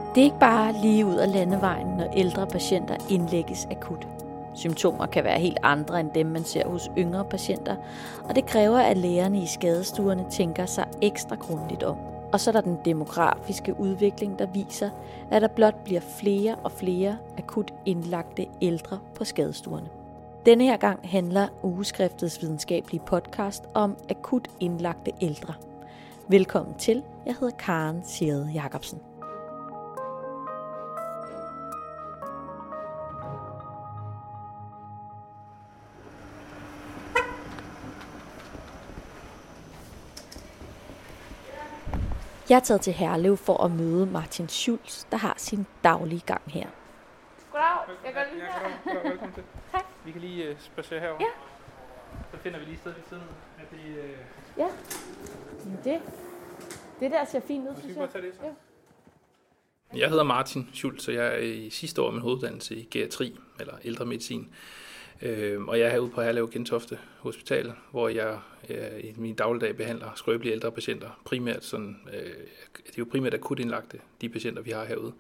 Det er ikke bare lige ud af landevejen, når ældre patienter indlægges akut. Symptomer kan være helt andre end dem, man ser hos yngre patienter, og det kræver, at lægerne i skadestuerne tænker sig ekstra grundigt om. Og så er der den demografiske udvikling, der viser, at der blot bliver flere og flere akut indlagte ældre på skadestuerne. Denne her gang handler Ugeskriftets videnskabelige podcast om akut indlagte ældre. Velkommen til. Jeg hedder Karen Sirde Jacobsen. Jeg er taget til Herlev for at møde Martin Schultz, der har sin daglige gang her. Goddag, jeg går lige her. Velkommen til. Tak. Vi kan lige spacere herover. Ja. Så finder vi lige sted ved siden af det. Ja, det der ser fint ud, Skal synes vi jeg. bare tage det så? Ja. Jeg hedder Martin Schultz, og jeg er i sidste år af min hoveduddannelse i geriatri, eller ældremedicin. Og jeg er herude på Herlev Gentofte Hospital, hvor jeg i min dagligdag behandler skrøbelige ældre patienter. Primært sådan, det er jo primært akut indlagte, de patienter, vi har herude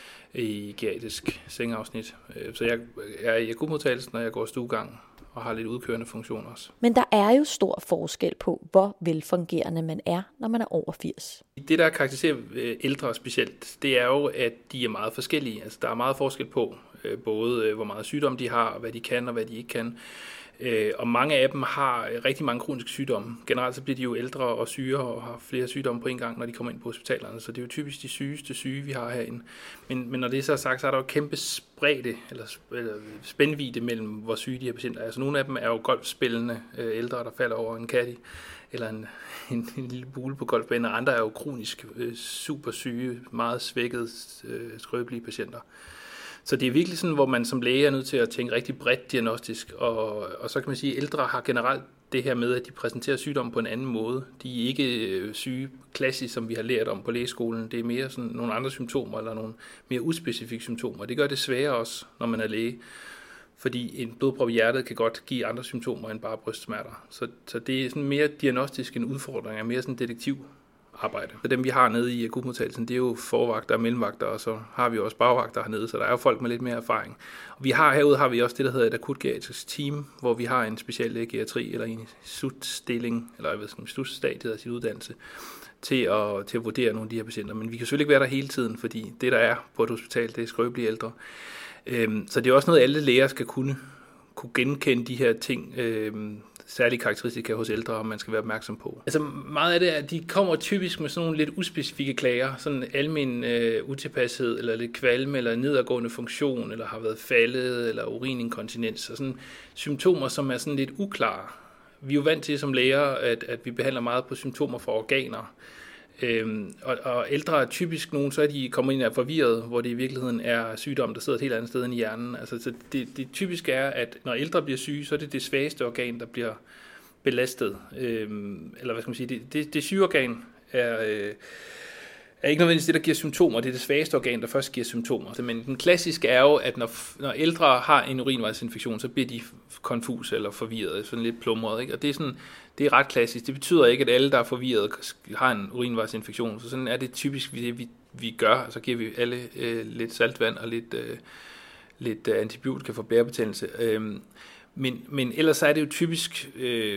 i geriatrisk sengeafsnit. Så jeg er i akutmodtagelsen, når jeg går stuegang og har lidt udkørende funktion også. Men der er jo stor forskel på, hvor velfungerende man er, når man er over 80. Det, der karakteriserer ældre specielt, det er jo, at de er meget forskellige. Altså, der er meget forskel på, både hvor meget sygdom de har, og hvad de kan, og hvad de ikke kan. Og mange af dem har rigtig mange kroniske sygdomme. Generelt så bliver de jo ældre og syge og har flere sygdomme på en gang, når de kommer ind på hospitalerne. Så det er jo typisk de sygeste syge, vi har herinde. Men når det så er sagt, så er der jo kæmpe spredte, eller spændvidde mellem, hvor syge de her patienter er. Altså nogle af dem er jo golfspillende ældre, der falder over en caddy, eller en lille bule på golfbanen, og andre er jo kronisk super syge, meget svækkede, skrøbelige patienter. Så det er virkelig sådan, hvor man som læge er nødt til at tænke rigtig bredt diagnostisk, og så kan man sige, at ældre har generelt det her med, at de præsenterer sygdom på en anden måde. De er ikke syge klassisk, som vi har lært om på lægeskolen. Det er mere sådan nogle andre symptomer, eller nogle mere uspecifikke symptomer. Det gør det sværere også, når man er læge, fordi en blodprop i hjertet kan godt give andre symptomer end bare brystsmerter. Så det er sådan mere diagnostisk en udfordring, og mere sådan detektiv arbejde. Så dem, vi har nede i akutmodtagelsen, det er jo forvagter og mellemvagter, og så har vi også bagvagter hernede, så der er jo folk med lidt mere erfaring. Og herude har vi også det, der hedder et akutgeriatrisk team, hvor vi har en speciallæge geriatri, eller en slutstilling, eller jeg ved ikke, slutstadiet af sin uddannelse, til at vurdere nogle af de her patienter. Men vi kan selvfølgelig ikke være der hele tiden, fordi det, der er på et hospital, det er skrøbelige ældre. Så det er også noget, alle læger skal kunne genkende de her ting, særlige karakteristika hos ældre, og man skal være opmærksom på. Altså meget af det er, at de kommer typisk med sådan nogle lidt uspecifikke klager, sådan almen utilpashed, eller lidt kvalme, eller nedadgående funktion, eller har været faldet, eller urininkontinens, og sådan symptomer, som er sådan lidt uklare. Vi er jo vant til som læger, at vi behandler meget på symptomer for organer, og ældre er typisk nogen, så er de kommer ind og er forvirret, hvor det i virkeligheden er sygdom, der sidder et helt andet sted end i hjernen. Altså, så det typisk er, at når ældre bliver syge, så er det det svageste organ, der bliver belastet. Eller hvad skal man sige, det sygeorgan er ikke nødvendigvis det, der giver symptomer. Det er det svageste organ, der først giver symptomer. Men den klassiske er jo, at når ældre har en urinvejsinfektion, så bliver de konfus eller forvirret, sådan lidt plumret, ikke? Og det er ret klassisk. Det betyder ikke, at alle, der er forvirret, har en urinvejsinfektion. Så sådan er det typisk, vi gør. Så giver vi alle lidt saltvand og lidt antibiotika for blærebetændelse. Men ellers er det jo typisk,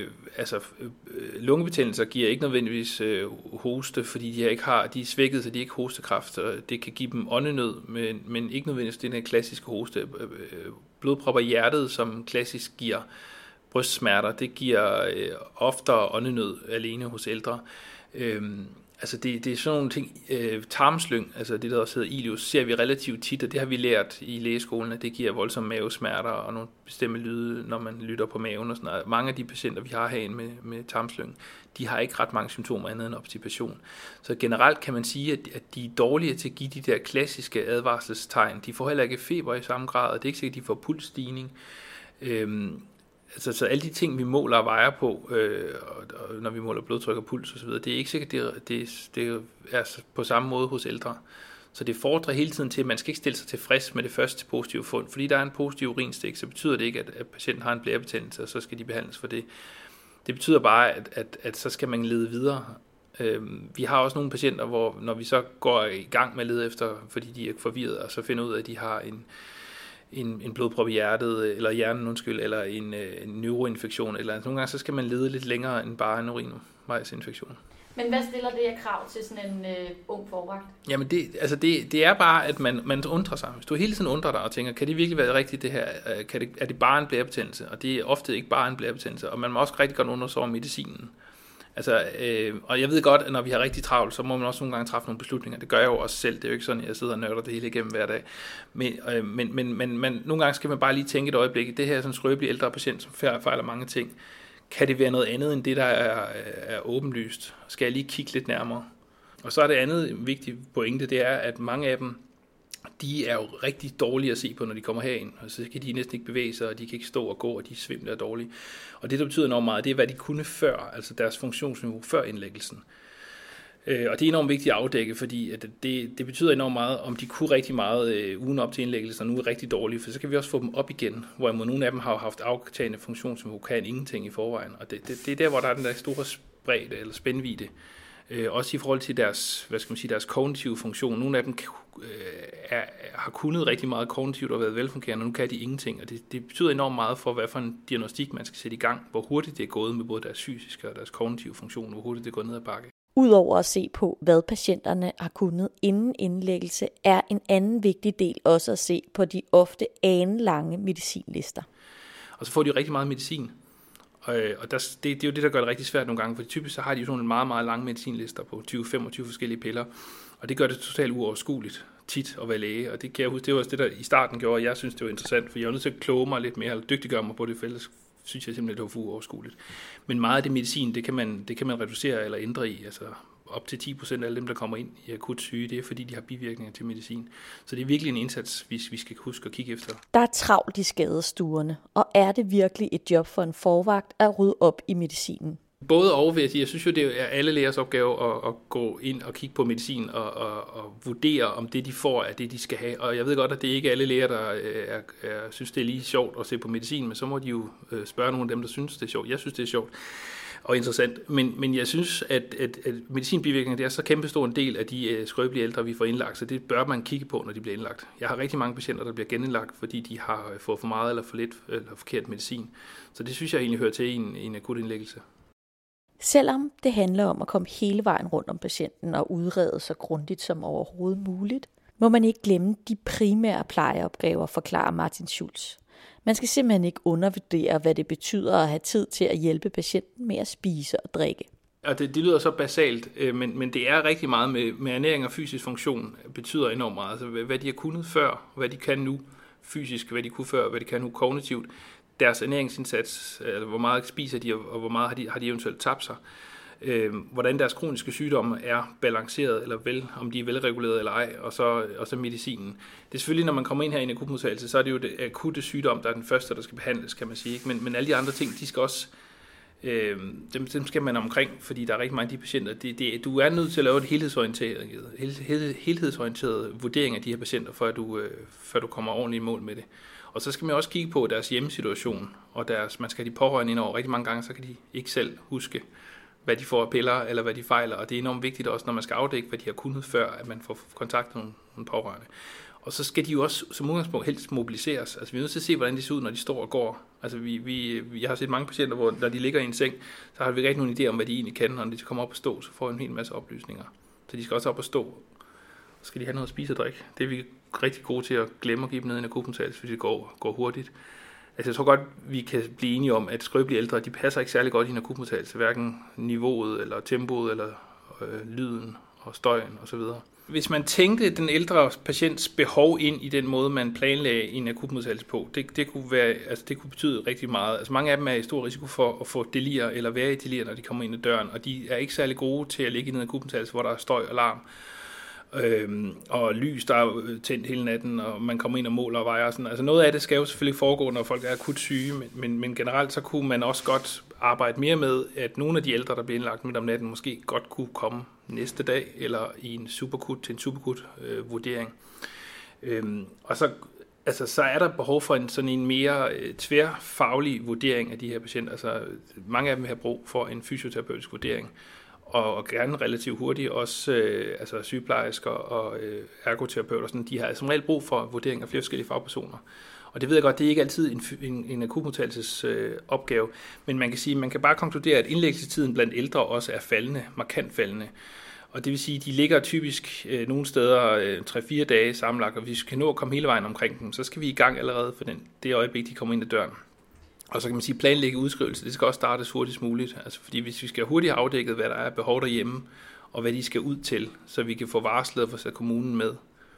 lungebetændelser giver ikke nødvendigvis hoste, fordi de er svækket, så de er ikke hostekræft, og det kan give dem åndenød, men ikke nødvendigvis den her klassiske hoste. Blodpropper i hjertet, som klassisk giver brystsmerter, det giver oftere åndenød alene hos ældre. Altså det er sådan nogle ting, tarmslyng, altså det der også hedder ileus, ser vi relativt tit, og det har vi lært i lægeskolen, at det giver voldsomme mavesmerter og nogle bestemte lyde, når man lytter på maven og sådan noget. Mange af de patienter, vi har herinde med tarmslyng, de har ikke ret mange symptomer andet end obstipation. Så generelt kan man sige, at de er dårlige til at give de der klassiske advarselstegn. De får heller ikke feber i samme grad, og det er ikke sikkert, at de får pulsstigning. Så alle de ting, vi måler og vejer på, og når vi måler blodtryk og puls osv., det er ikke sikkert, det er på samme måde hos ældre. Så det fordrer hele tiden til, at man skal ikke stille sig tilfreds med det første positive fund. Fordi der er en positiv urinstik, så betyder det ikke, at patienten har en blærebetændelse, og så skal de behandles for det. Det betyder bare, at så skal man lede videre. Vi har også nogle patienter, hvor når vi så går i gang med at lede efter, fordi de er forvirret, og så finder ud af, at de har en blodprop i hjertet, eller hjernen, eller en neuroinfektion, eller nogle gange så skal man lede lidt længere end bare en urinvejsinfektion. Men hvad stiller det af krav til sådan en ung forvagt? Jamen det er bare, at man undrer sig. Hvis du hele tiden undrer dig og tænker, kan det virkelig være rigtigt det her? Er det bare en blærebetændelse? Og det er ofte ikke bare en blærebetændelse. Og man må også rigtig godt undre sig over medicinen. Og jeg ved godt, at når vi har rigtig travlt, så må man også nogle gange træffe nogle beslutninger. Det gør jeg jo også selv. Det er jo ikke sådan, at jeg sidder og nørder det hele igennem hver dag. Men nogle gange skal man bare lige tænke et øjeblik. Det her er sådan en skrøbelig ældre patient, som fejler mange ting. Kan det være noget andet end det, der er åbenlyst? Skal jeg lige kigge lidt nærmere? Og så er det andet vigtige pointe, det er, at mange af dem, de er jo rigtig dårlige at se på, når de kommer herind. Og så kan de næsten ikke bevæge sig, og de kan ikke stå og gå, og de svimler dårligt. Og det, der betyder enormt meget, det er, hvad de kunne før, altså deres funktionsniveau før indlæggelsen. Og det er enormt vigtigt at afdække, fordi at det betyder enormt meget, om de kunne rigtig meget ugen op til indlæggelsen, og nu er rigtig dårlige, for så kan vi også få dem op igen, hvorimod nogle af dem har haft aftagende funktionsniveau, kan ingenting i forvejen. Og det er der, hvor der er den der store spredde eller spændvidde. Også i forhold til deres, deres kognitive funktion. Nogle af dem har kunnet rigtig meget kognitivt og været velfungerende, og nu kan de ingenting. Og det betyder enormt meget for, hvad for en diagnostik man skal sætte i gang, hvor hurtigt det er gået med både deres fysiske og deres kognitive funktion, hvor hurtigt det går ned ad bakke. Udover at se på, hvad patienterne har kunnet inden indlæggelse, er en anden vigtig del også at se på de ofte anelange medicinlister. Og så får de jo rigtig meget medicin. Og det er jo det, der gør det rigtig svært nogle gange, for typisk så har de jo sådan en meget, meget lange medicinlister på 20-25 forskellige piller, og det gør det totalt uoverskueligt tit at være læge, og det kan jeg huske, det var også det, der i starten gjorde, at jeg synes, det var interessant, for jeg var nødt til at kloge mig lidt mere, eller dygtiggøre mig på det, for ellers synes jeg simpelthen, det var for uoverskueligt. Men meget af det medicin, det kan man reducere eller ændre i, altså op til 10% af alle dem, der kommer ind i akut syge, det er fordi, de har bivirkninger til medicin. Så det er virkelig en indsats, vi skal huske at kigge efter. Der er travlt i skadestuerne, og er det virkelig et job for en forvagt at rydde op i medicinen? Både og, vil jeg sige. Jeg synes jo, det er alle lægers opgave at gå ind og kigge på medicin og vurdere, om det, de får, er det, de skal have. Og jeg ved godt, at det ikke er alle læger, der synes, det er lige sjovt at se på medicin, men så må de jo spørge nogle af dem, der synes, det er sjovt. Jeg synes, det er sjovt og interessant. Men jeg synes, at medicinbivirkninger, det er så kæmpestor en del af de skrøbelige ældre, vi får indlagt, så det bør man kigge på, når de bliver indlagt. Jeg har rigtig mange patienter, der bliver genindlagt, fordi de har fået for meget eller for lidt eller forkert medicin. Så det synes jeg egentlig hører til i en akut indlæggelse. Selvom det handler om at komme hele vejen rundt om patienten og udrede så grundigt som overhovedet muligt, må man ikke glemme de primære plejeopgaver, forklarer Martin Schulz. Man skal simpelthen ikke undervurdere, hvad det betyder at have tid til at hjælpe patienten med at spise og drikke. Og det lyder så basalt, men det er rigtig meget med ernæring og fysisk funktion betyder enormt meget. Altså hvad de har kunnet før, hvad de kan nu fysisk, hvad de kunne før, hvad de kan nu kognitivt. Deres ernæringsindsats, altså hvor meget spiser de, og hvor meget har de eventuelt tabt sig. Hvordan deres kroniske sygdomme er balanceret, eller om de er velreguleret eller ej, og så medicinen. Det er selvfølgelig, når man kommer ind her i en akutmodtagelse, så er det jo det akutte sygdom, der er den første, der skal behandles, kan man sige. Ikke? Men alle de andre ting, de skal også, dem skal man omkring, fordi der er rigtig mange af de patienter. Du er nødt til at lave et helhedsorienteret vurdering af de her patienter, før du kommer ordentligt i mål med det. Og så skal man også kigge på deres hjemmesituation, og man skal have de pårørende ind over. Rigtig mange gange, så kan de ikke selv huske, hvad de får af piller, eller hvad de fejler. Og det er enormt vigtigt også, når man skal afdække, hvad de har kunnet før, at man får kontakt med nogle pårørende. Og så skal de jo også som udgangspunkt helst mobiliseres. Altså vi er nødt til at se, hvordan de ser ud, når de står og går. Altså jeg har set mange patienter, hvor når de ligger i en seng, så har vi rigtig nogle idéer om, hvad de egentlig kan. Og når de kommer op og stå, så får de en hel masse oplysninger. Så de skal også op og stå. Så skal de have noget at spise og drikke. Det er vi rigtig gode til at glemme at give dem ned i en akutmodtagelse, fordi det går hurtigt. Altså jeg tror godt, vi kan blive enige om, at skrøbelige ældre, de passer ikke særlig godt i en akutmodtagelse, hverken niveauet, eller tempoet, eller lyden og støjen osv. Hvis man tænkte den ældre patients behov ind i den måde, man planlagde en akutmodtagelse på, det kunne betyde rigtig meget. Altså mange af dem er i stor risiko for at få delir eller være i delir, når de kommer ind ad døren, og de er ikke særlig gode til at ligge i en akutmodtagelse, hvor der er støj og larm. Og lys, der er tændt hele natten, og man kommer ind og måler og vejer og sådan. Altså noget af det skal jo selvfølgelig foregå, når folk er akut syge, men generelt så kunne man også godt arbejde mere med, at nogle af de ældre, der bliver indlagt midt om natten, måske godt kunne komme næste dag, eller i en superakut vurdering. Og så er der behov for sådan en mere tværfaglig vurdering af de her patienter. Altså mange af dem har brug for en fysioterapeutisk vurdering. og gerne relativt hurtigt. Også altså sygeplejersker og ergoterapeuter, sådan, de har som regel brug for vurdering af flere forskellige fagpersoner. Og det ved jeg godt, det er ikke altid en akutmodtagelsesopgave, men man kan sige, man kan bare konkludere, at indlæggelsetiden blandt ældre også er faldende, markant faldende. Og det vil sige, at de ligger typisk nogle steder 3-4 dage sammenlagt, og hvis vi kan nå at komme hele vejen omkring dem, så skal vi i gang allerede for det øjeblik, de kommer ind ad døren. Og så kan man sige, planlægge udskrivelse, det skal også startes hurtigst muligt. Altså fordi hvis vi skal hurtigt have afdækket, hvad der er behov derhjemme, og hvad de skal ud til, så vi kan få varslet og få sat kommunen med.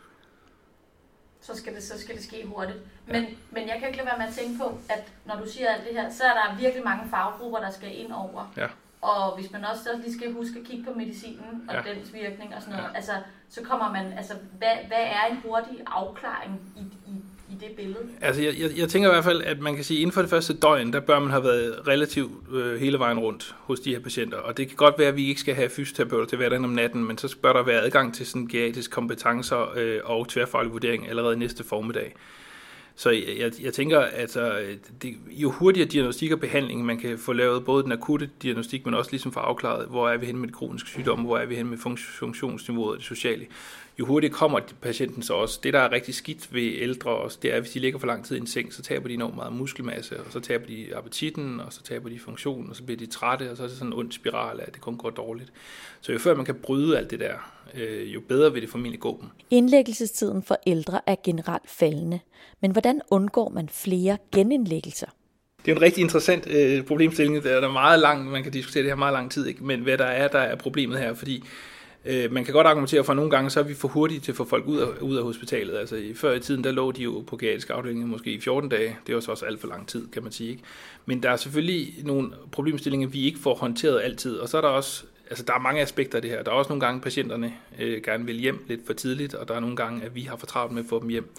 Så skal det ske hurtigt. Men jeg kan ikke lade være med at tænke på, at når du siger alt det her, så er der virkelig mange faggrupper, der skal ind over. Ja. Og hvis man også lige skal huske at kigge på medicinen og dens virkning og sådan noget, altså, så kommer man, altså, hvad er en hurtig afklaring i det billede? Altså, jeg tænker i hvert fald, at man kan sige, at inden for det første døgn, der bør man have været relativt hele vejen rundt hos de her patienter. Og det kan godt være, at vi ikke skal have fysioterapeuter til hverdagen om natten, men så bør der være adgang til sådan geriatriske kompetencer og tværfaglig vurdering allerede næste formiddag. Så jeg tænker, at jo hurtigere diagnostik og behandling, man kan få lavet både den akutte diagnostik, men også ligesom få afklaret, hvor er vi henne med de kroniske sygdomme, hvor er vi henne med funktionsniveauet og det sociale, jo hurtigere kommer patienten så også. Det, der er rigtig skidt ved ældre også, det er, at hvis de ligger for lang tid i en seng, så taber de enormt meget muskelmasse, og så taber de appetitten, og så taber de funktion, og så bliver de trætte, og så er det sådan en ond spiral af, at det kun går dårligt. Så jo før man kan bryde alt det der, jo bedre vil det formentlig gå dem. Indlæggelsestiden for ældre er generelt faldende, men hvordan undgår man flere genindlæggelser? Det er en rigtig interessant problemstilling. Der er meget langt, man kan diskutere det her meget lang tid, ikke? Men hvad der er problemet her, fordi man kan godt argumentere for, at nogle gange så er vi for hurtige til at få folk ud af hospitalet. Altså før i tiden, der lå de jo på geriatrisk afdeling måske i 14 dage. Det var så også alt for lang tid, kan man sige. Ikke? Men der er selvfølgelig nogle problemstillinger, vi ikke får håndteret altid. Og så er der også, altså der er mange aspekter af det her. Der er også nogle gange, patienterne gerne vil hjem lidt for tidligt, og der er nogle gange, at vi har for travlt med at få dem hjem.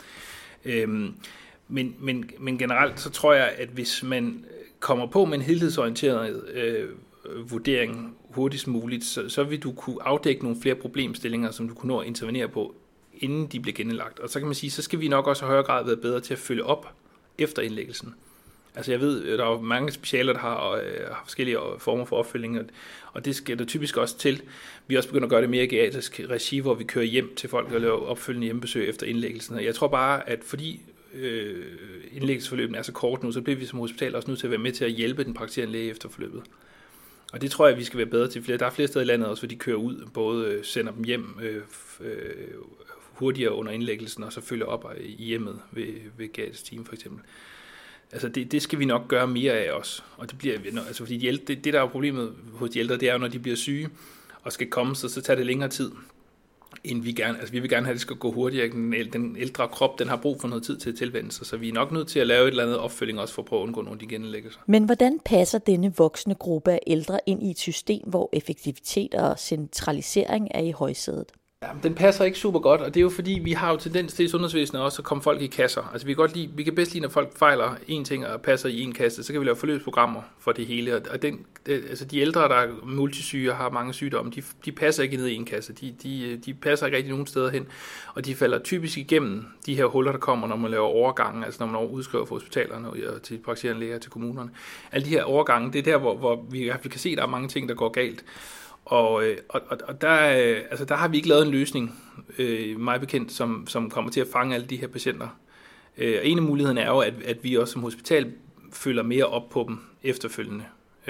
Men generelt så tror jeg, at hvis man kommer på med en helhedsorienteret vurdering hurtigst muligt, så vil du kunne afdække nogle flere problemstillinger, som du kunne nå at intervenere på, inden de bliver genindlagt. Og så kan man sige, så skal vi nok også i højere grad være bedre til at følge op efter indlæggelsen. Altså jeg ved, der er mange specialer, der har forskellige former for opfølging, og det skal der typisk også til. Vi også begynder at gøre det mere i geriatrisk regi, hvor vi kører hjem til folk og laver opfølgende hjemmebesøg efter indlæggelsen. Og jeg tror bare, at fordi indlæggelsesforløbene er så kort nu, så bliver vi som hospital også nødt til at være med til at hjælpe den praktiserende læge efter forløbet. Og det tror jeg, vi skal være bedre til. Der er flere steder i landet også, hvor de kører ud, både sender dem hjem hurtigere under indlæggelsen, og så følger op i hjemmet ved geriatrisk team for eksempel. Altså det skal vi nok gøre mere af os. Og det bliver, altså fordi det der er problemet hos de ældre, det er jo, når de bliver syge og skal komme, så tager det længere tid, end vi gerne. Altså vi vil gerne have, at det skal gå hurtigere. Den ældre krop, den har brug for noget tid til at tilvænne sig, så vi er nok nødt til at lave et eller andet opfølging også for at prøve at undgå nogle af de genindlæggelser. Men hvordan passer denne voksne gruppe af ældre ind i et system, hvor effektivitet og centralisering er i højsædet? Ja, den passer ikke super godt, og det er jo fordi, vi har jo tendens til i sundhedsvæsenet også at komme folk i kasser. Altså vi kan bedst lide, når folk fejler én ting og passer i en kasse, så kan vi lave forløbsprogrammer for det hele. Og altså de ældre, der er multisyge og har mange sygdomme, de passer ikke ned i en kasse. De passer ikke rigtig nogen steder hen, og de falder typisk igennem de her huller, der kommer, når man laver overgange, altså når man udskriver fra hospitalerne og til praktiserende læger til kommunerne. Alle de her overgange, det er der, hvor vi kan se, at der er mange ting, der går galt. Og der har vi ikke lavet en løsning, meget bekendt, som kommer til at fange alle de her patienter. Og en af mulighederne er jo, at vi også som hospital følger mere op på dem efterfølgende.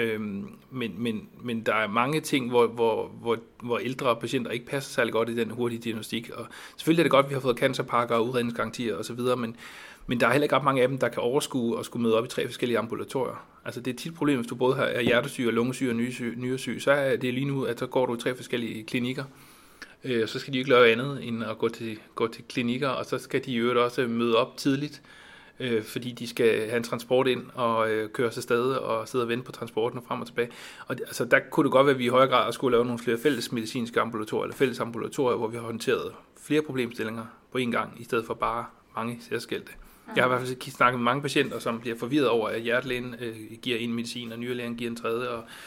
Men der er mange ting, hvor ældre patienter ikke passer særlig godt i den hurtige diagnostik. Og selvfølgelig er det godt, at vi har fået cancerpakker og udredningsgarantier osv., men der er heller ikke ret mange af dem, der kan overskue og skulle møde op i 3 forskellige ambulatorier. Altså det er tit et problem, hvis du både er hjertesyg og lungesyg og nyresyg, så er det lige nu, at så går du i 3 forskellige klinikker. Og så skal de ikke lave andet end at gå til klinikker, og så skal de i øvrigt også møde op tidligt, fordi de skal have en transport ind og køre sig afsted og sidde og vente på transporten og frem og tilbage. Og altså, der kunne det godt være, at vi i højere grad skulle lave nogle flere fælles medicinske ambulatorier, eller fælles ambulatorier, hvor vi har håndteret flere problemstillinger på en gang, i stedet for bare mange særskilte. Jeg har i hvert fald snakket med mange patienter, som bliver forvirret over, at hjertelægen giver en medicin, og nyrelægen giver en tredje, og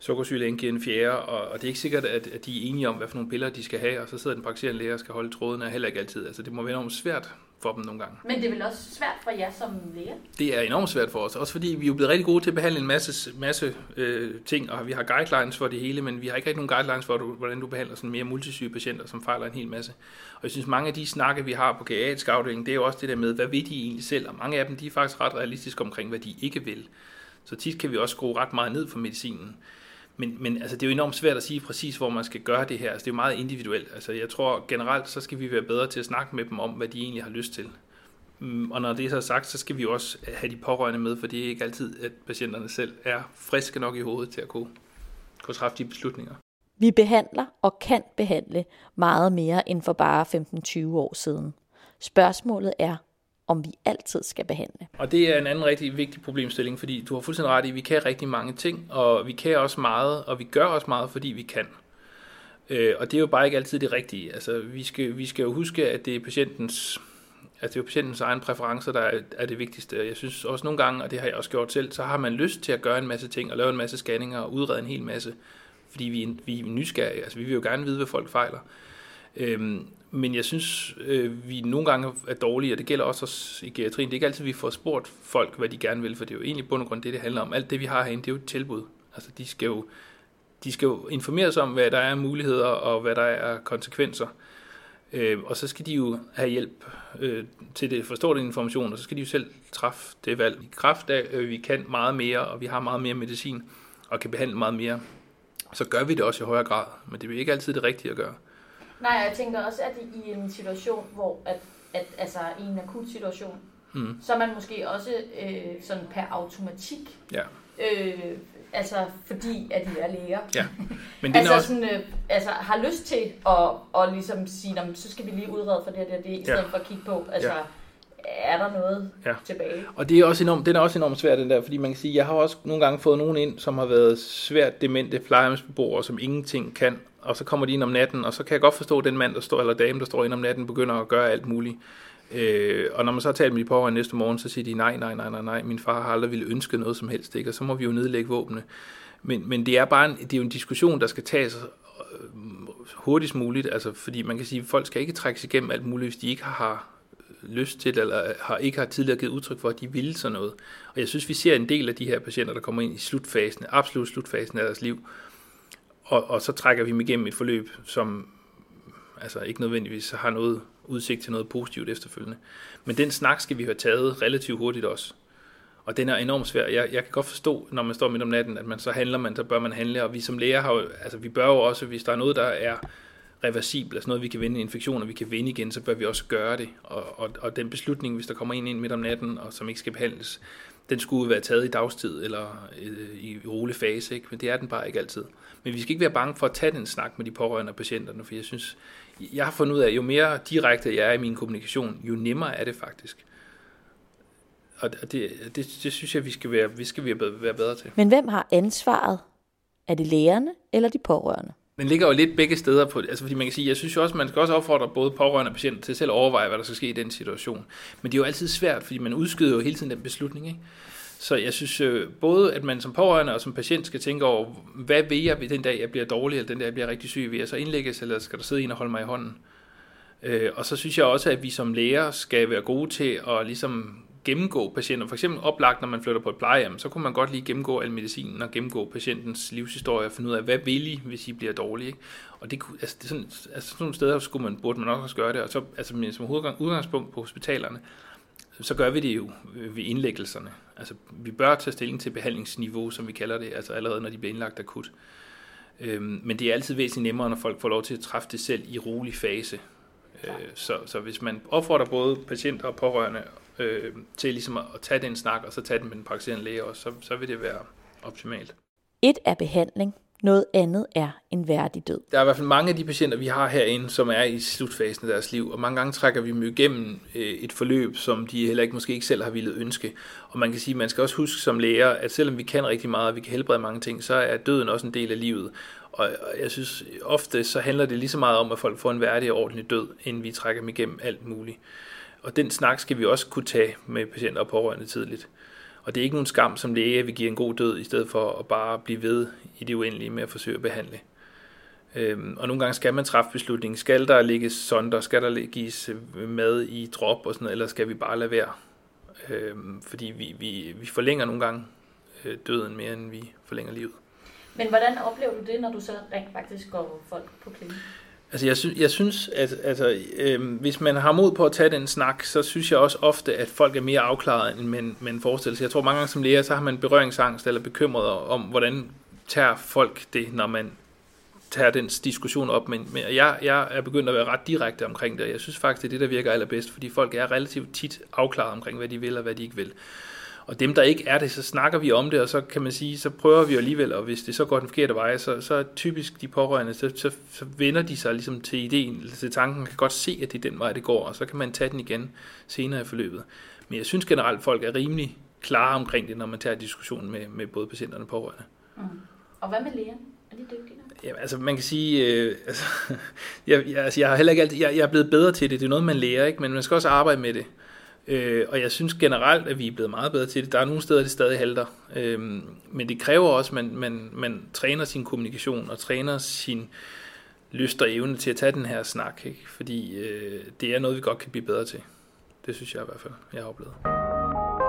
sukkersygelægen giver en fjerde, og det er ikke sikkert, at de er enige om, hvad for nogle piller de skal have, og så sidder den praktiserende læge og skal holde tråden, og heller ikke altid. Altså det må være enormt svært for dem nogle gange. Men det er vel også svært for jer som læger? Det er enormt svært for os, også fordi vi er jo blevet rigtig gode til at behandle en masse ting, og vi har guidelines for det hele, men vi har ikke rigtig nogen guidelines for, hvordan du behandler sådan mere multisyge patienter, som fejler en hel masse. Og jeg synes, mange af de snakke, vi har på geriatrisk afdeling, det er jo også det der med, hvad vil de egentlig selv, og mange af dem, de er faktisk ret realistiske omkring, hvad de ikke vil. Så tit kan vi også skrue ret meget ned for medicinen. Men altså, det er jo enormt svært at sige præcis, hvor man skal gøre det her. Altså, det er jo meget individuelt. Altså, jeg tror generelt, så skal vi være bedre til at snakke med dem om, hvad de egentlig har lyst til. Og når det er så sagt, så skal vi også have de pårørende med, for det er ikke altid, at patienterne selv er friske nok i hovedet til at kunne træffe de beslutninger. Vi behandler og kan behandle meget mere end for bare 15-20 år siden. Spørgsmålet er, om vi altid skal behandle. Og det er en anden rigtig vigtig problemstilling, fordi du har fuldstændig ret i, at vi kan rigtig mange ting, og vi kan også meget, og vi gør også meget, fordi vi kan. Og det er jo bare ikke altid det rigtige. Altså, vi skal jo huske, at det er patientens egen præferencer, der er det vigtigste. Jeg synes også nogle gange, og det har jeg også gjort selv, så har man lyst til at gøre en masse ting, og lave en masse scanninger, og udrede en hel masse, fordi vi er nysgerrige. Altså, vi vil jo gerne vide, hvad folk fejler. Men jeg synes, vi nogle gange er dårlige, og det gælder også i geriatrien. Det er ikke altid, vi får spurgt folk, hvad de gerne vil, for det er jo egentlig bund og grund det handler om. Alt det, vi har herinde, det er jo et tilbud. Altså, de skal jo informeres om, hvad der er muligheder, og hvad der er konsekvenser. Og så skal de jo have hjælp til det, forstå den information, og så skal de jo selv træffe det valg. I kraft af, at vi kan meget mere, og vi har meget mere medicin, og kan behandle meget mere, så gør vi det også i højere grad. Men det er ikke altid det rigtige at gøre. Nej, jeg tænker også, at i en situation, hvor altså i en akut situation, så er man måske også sådan per automatik, altså fordi at I er læger, men det altså, også sådan, altså har lyst til at ligesom sige, så skal vi lige udrede for det i stedet for at kigge på, altså er der noget tilbage? Og det er også den er også enormt svært, den der, fordi man kan sige, jeg har også nogle gange fået nogen ind, som har været svært demente plejehjemsbeboere, som ingenting kan, og så kommer de ind om natten, og så kan jeg godt forstå, at den mand, der står, eller dame, der står ind om natten, begynder at gøre alt muligt. Og når man så taler med de pårørende næste morgen, så siger de, nej, min far har aldrig ville ønske noget som helst, ikke? Og så må vi jo nedlægge våbne. Men det er bare det er jo en diskussion, der skal tages hurtigst muligt, altså fordi man kan sige, at folk skal ikke trækkes igennem alt muligt, hvis de ikke har lyst til, eller ikke har tidligere givet udtryk for, at de vil sådan noget. Og jeg synes, vi ser en del af de her patienter, der kommer ind i slutfasen, absolut slutfasen af deres liv, og så trækker vi dem igennem et forløb, som altså ikke nødvendigvis har noget udsigt til noget positivt efterfølgende. Men den snak skal vi have taget relativt hurtigt også. Og den er enormt svær. Jeg kan godt forstå, når man står midt om natten, at så bør man handle, og vi som læger har jo, altså vi bør jo også, hvis der er noget, der er reversibelt, altså noget, vi kan vende infektioner, vi kan vende igen, så bør vi også gøre det. Og den beslutning, hvis der kommer en ind midt om natten, og som ikke skal behandles, den skulle være taget i dagstid eller i rolig fase, ikke? Men det er den bare ikke altid. Men vi skal ikke være bange for at tage den snak med de pårørende og patienterne, for jeg har fundet ud af, at jo mere direkte jeg er i min kommunikation, jo nemmere er det faktisk. Og det synes jeg, vi skal være bedre til. Men hvem har ansvaret? Er det lægerne eller de pårørende? Den ligger jo lidt begge steder på, altså fordi man kan sige, jeg synes jo også, man skal også opfordre både pårørende og patienter til selv at overveje, hvad der skal ske i den situation. Men det er jo altid svært, fordi man udskyder jo hele tiden den beslutning, ikke? Så jeg synes både, at man som pårørende og som patient skal tænke over, hvad vil jeg den dag, jeg bliver dårlig, eller den dag, jeg bliver rigtig syg, vil jeg så indlægges, eller skal der sidde en og holde mig i hånden? Og så synes jeg også, at vi som læger skal være gode til at ligesom gennemgå patienter. For eksempel oplagt, når man flytter på et plejehjem, så kunne man godt lige gennemgå al medicinen og gennemgå patientens livshistorie og finde ud af, hvad vil I, hvis I bliver dårlige, ikke? Og det sådan nogle steder burde man også gøre det. Og så som udgangspunkt på hospitalerne, så gør vi det jo ved indlæggelserne. Altså, vi bør tage stilling til behandlingsniveau, som vi kalder det, altså allerede når de bliver indlagt akut. Men det er altid væsentligt nemmere, når folk får lov til at træffe det selv i rolig fase. Så hvis man opfordrer både patienter og pårørende til ligesom at tage den snak, og så tage den med den praktiserende læge også, så vil det være optimalt. Et er behandling, noget andet er en værdig død. Der er i hvert fald mange af de patienter, vi har herinde, som er i slutfasen af deres liv, og mange gange trækker vi dem igennem et forløb, som de heller måske ikke selv har ville ønske. Og man kan sige, man skal også huske som læger, at selvom vi kan rigtig meget, og vi kan helbrede mange ting, så er døden også en del af livet. Og jeg synes ofte, så handler det lige så meget om, at folk får en værdig og ordentlig død, inden vi trækker dem igennem alt muligt. Og den snak skal vi også kunne tage med patienter og pårørende tidligt. Og det er ikke nogen skam som læge, at vi giver en god død, i stedet for at bare blive ved i det uendelige med at forsøge at behandle. Og nogle gange skal man træffe beslutningen. Skal der ligge sonder? Skal der gives mad i drop og sådan noget? Eller skal vi bare lade være? Fordi vi forlænger nogle gange døden mere, end vi forlænger livet. Men hvordan oplever du det, når du så rent faktisk går folk på klinik? Altså jeg synes, at hvis man har mod på at tage den snak, så synes jeg også ofte, at folk er mere afklaret, end man forestiller sig. Jeg tror mange gange som læger, så har man berøringsangst eller bekymret om, hvordan tager folk det, når man tager den diskussion op. Men jeg er begyndt at være ret direkte omkring det, og jeg synes faktisk, det er det, der virker allerbedst, fordi folk er relativt tit afklaret omkring, hvad de vil og hvad de ikke vil. Og dem, der ikke er det, så snakker vi om det, og så kan man sige, så prøver vi alligevel, og hvis det så går den forkerte vej, så er typisk de pårørende, så vender de sig ligesom til ideen, til tanken, man kan godt se, at det er den vej, det går, og så kan man tage den igen senere i forløbet. Men jeg synes generelt, folk er rimelig klare omkring det, når man tager diskussionen med både patienterne og pårørende. Mm. Og hvad med lægen? Er de dygtige nok? Ja, altså man kan sige, jeg har heller ikke altid, jeg er blevet bedre til det. Det er noget, man lærer, ikke? Men man skal også arbejde med det. Og jeg synes generelt, at vi er blevet meget bedre til det. Der er nogle steder, det stadig halter. Men det kræver også, at man træner sin kommunikation og træner sin lyst og evne til at tage den her snak. Ikke? Fordi det er noget, vi godt kan blive bedre til. Det synes jeg i hvert fald, jeg har oplevet.